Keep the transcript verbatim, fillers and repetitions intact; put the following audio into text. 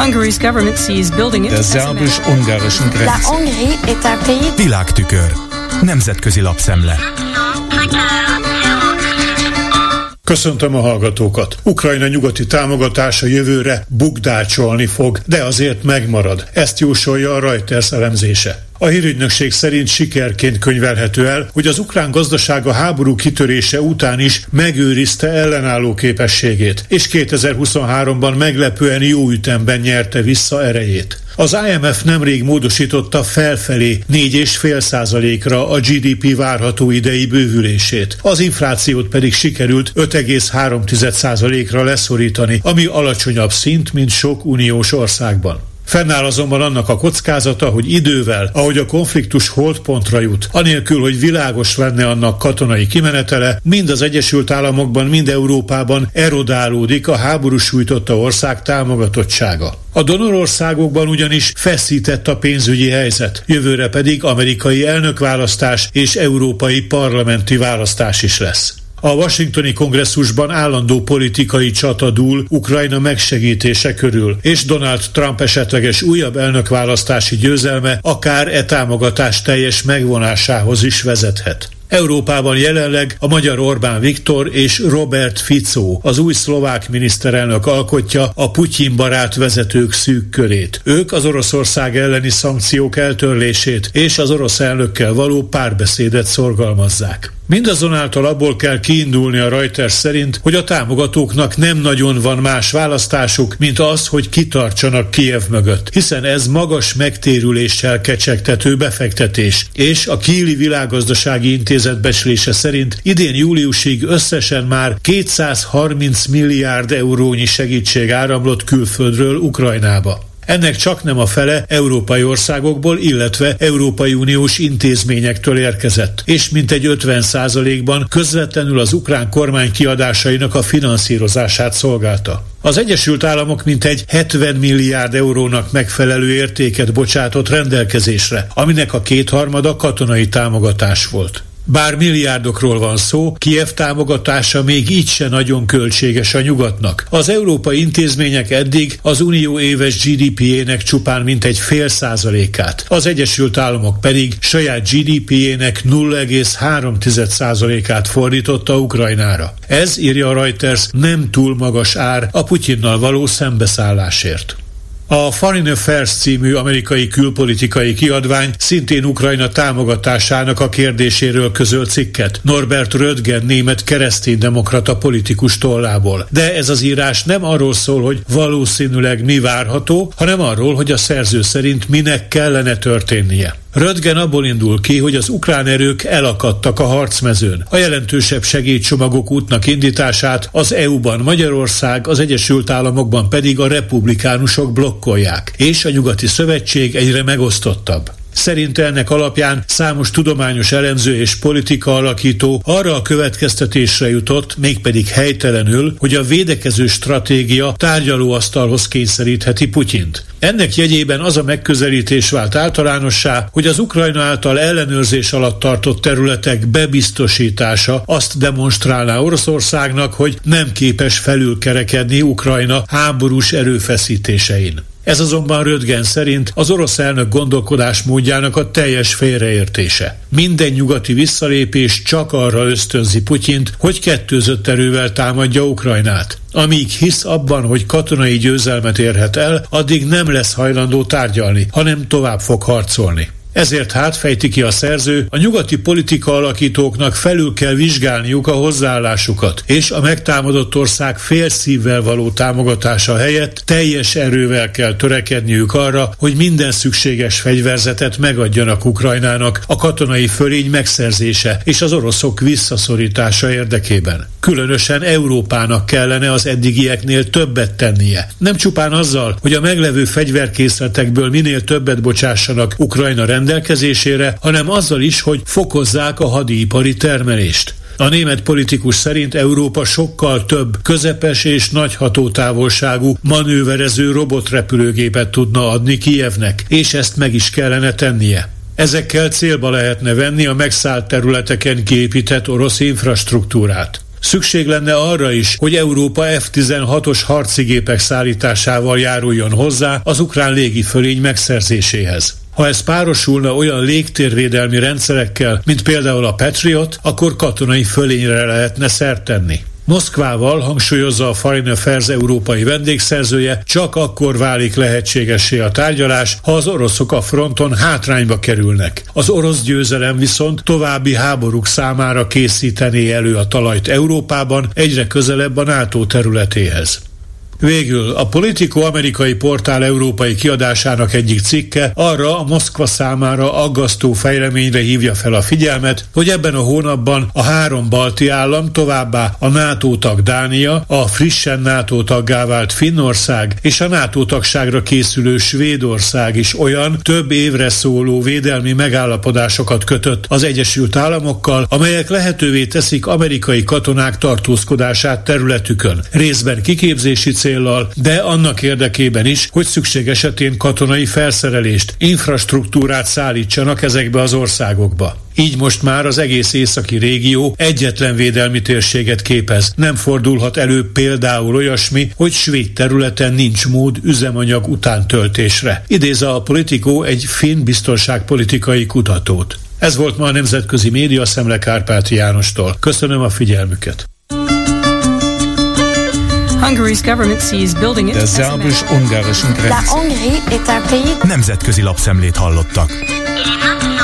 Der szerbus-ungarischen Grenze. Világtükör. Nemzetközi lapszemle. Köszöntöm a hallgatókat! Ukrajna nyugati támogatása jövőre bukdácsolni fog, de azért megmarad. Ezt jósolja a Reuters elemzése. A hírügynökség szerint sikerként könyvelhető el, hogy az ukrán gazdaság a háború kitörése után is megőrizte ellenálló képességét, és kétezer-huszonháromban meglepően jó ütemben nyerte vissza erejét. Az I M F nemrég módosította felfelé négy egész öt százalékra a G D P várható idei bővülését. Az inflációt pedig sikerült öt egész három százalékra leszorítani, ami alacsonyabb szint, mint sok uniós országban. Fennáll azonban annak a kockázata, hogy idővel, ahogy a konfliktus holdpontra jut, anélkül, hogy világos lenne annak katonai kimenetele, mind az Egyesült Államokban, mind Európában erodálódik a háború sújtotta ország támogatottsága. A donorországokban ugyanis feszített a pénzügyi helyzet, jövőre pedig amerikai elnökválasztás és európai parlamenti választás is lesz. A washingtoni kongresszusban állandó politikai csata dúl Ukrajna megsegítése körül, és Donald Trump esetleges újabb elnökválasztási győzelme akár e támogatás teljes megvonásához is vezethet. Európában jelenleg a magyar Orbán Viktor és Robert Fico, az új szlovák miniszterelnök alkotja a Putyin barát vezetők szűk körét. Ők az Oroszország elleni szankciók eltörlését és az orosz elnökkel való párbeszédet szorgalmazzák. Mindazonáltal abból kell kiindulni a Reuters szerint, hogy a támogatóknak nem nagyon van más választásuk, mint az, hogy kitartsanak Kijev mögött, hiszen ez magas megtérüléssel kecsegtető befektetés, és a Kíli Világgazdasági Intézet becslése szerint idén júliusig összesen már kétszázharminc milliárd eurónyi segítség áramlott külföldről Ukrajnába. Ennek csaknem a fele európai országokból, illetve Európai Uniós intézményektől érkezett, és mintegy ötven százalékban közvetlenül az ukrán kormány kiadásainak a finanszírozását szolgálta. Az Egyesült Államok mintegy hetven milliárd eurónak megfelelő értéket bocsátott rendelkezésre, aminek a kétharmada katonai támogatás volt. Bár milliárdokról van szó, Kijev támogatása még így se nagyon költséges a nyugatnak. Az európai intézmények eddig az unió éves G D P-jének csupán mintegy fél százalékát, az Egyesült Államok pedig saját G D P-jének nulla egész három százalékát fordította Ukrajnára. Ez, írja a Reuters, nem túl magas ár a Putyinnal való szembeszállásért. A Foreign Affairs című amerikai külpolitikai kiadvány szintén Ukrajna támogatásának a kérdéséről közölt cikket Norbert Röttgen német kereszténydemokrata politikus tollából. De ez az írás nem arról szól, hogy valószínűleg mi várható, hanem arról, hogy a szerző szerint minek kellene történnie. Röttgen abból indul ki, hogy az ukrán erők elakadtak a harcmezőn. A jelentősebb segélycsomagok útnak indítását az é u-ban Magyarország, az Egyesült Államokban pedig a republikánusok blokkolják, és a nyugati szövetség egyre megosztottabb. Szerinte ennek alapján számos tudományos elemző és politika alakító arra a következtetésre jutott, mégpedig helytelenül, hogy a védekező stratégia tárgyalóasztalhoz kényszerítheti Putyint. Ennek jegyében az a megközelítés vált általánossá, hogy az Ukrajna által ellenőrzés alatt tartott területek bebiztosítása azt demonstrálná Oroszországnak, hogy nem képes felülkerekedni Ukrajna háborús erőfeszítésein. Ez azonban Röttgen szerint az orosz elnök gondolkodásmódjának a teljes félreértése. Minden nyugati visszalépés csak arra ösztönzi Putyint, hogy kettőzött erővel támadja Ukrajnát. Amíg hisz abban, hogy katonai győzelmet érhet el, addig nem lesz hajlandó tárgyalni, hanem tovább fog harcolni. Ezért hát, fejti ki a szerző, a nyugati politika alakítóknak felül kell vizsgálniuk a hozzáállásukat, és a megtámadott ország félszívvel való támogatása helyett teljes erővel kell törekedniük arra, hogy minden szükséges fegyverzetet megadjanak Ukrajnának a katonai fölény megszerzése és az oroszok visszaszorítása érdekében. Különösen Európának kellene az eddigieknél többet tennie. Nem csupán azzal, hogy a meglevő fegyverkészletekből minél többet bocsássanak Ukrajna rendelkezésére, hanem azzal is, hogy fokozzák a hadipari termelést. A német politikus szerint Európa sokkal több közepes és nagy hatótávolságú manőverező robotrepülőgépet tudna adni Kijevnek, és ezt meg is kellene tennie. Ezekkel célba lehetne venni a megszállt területeken kiépített orosz infrastruktúrát. Szükség lenne arra is, hogy Európa F tizenhatos harci gépek szállításával járuljon hozzá az ukrán légifölény megszerzéséhez. Ha ez párosulna olyan légtérvédelmi rendszerekkel, mint például a Patriot, akkor katonai fölényre lehetne szert tenni. Moszkvával, hangsúlyozza a Foreign Affairs európai vendégszerzője, csak akkor válik lehetségessé a tárgyalás, ha az oroszok a fronton hátrányba kerülnek. Az orosz győzelem viszont további háborúk számára készítené elő a talajt Európában, egyre közelebb a NATO területéhez. Végül a Politico amerikai portál európai kiadásának egyik cikke arra a Moszkva számára aggasztó fejleményre hívja fel a figyelmet, hogy ebben a hónapban a három balti állam, továbbá a NATO tag Dánia, a frissen NATO taggá vált Finnország és a NATO tagságra készülő Svédország is olyan több évre szóló védelmi megállapodásokat kötött az Egyesült Államokkal, amelyek lehetővé teszik amerikai katonák tartózkodását területükön, részben kiképzési céllal, de annak érdekében is, hogy szükség esetén katonai felszerelést, infrastruktúrát szállítsanak ezekbe az országokba. Így most már az egész északi régió egyetlen védelmi térséget képez. Nem fordulhat elő például olyasmi, hogy svéd területen nincs mód üzemanyag utántöltésre. Idézze a Politico egy finn biztonságpolitikai kutatót. Ez volt ma a Nemzetközi Média Szemle Kárpáti Jánostól. Köszönöm a figyelmüket. Der szerbus-ungarischen Grenze. Nemzetközi lapszemlét hallottak.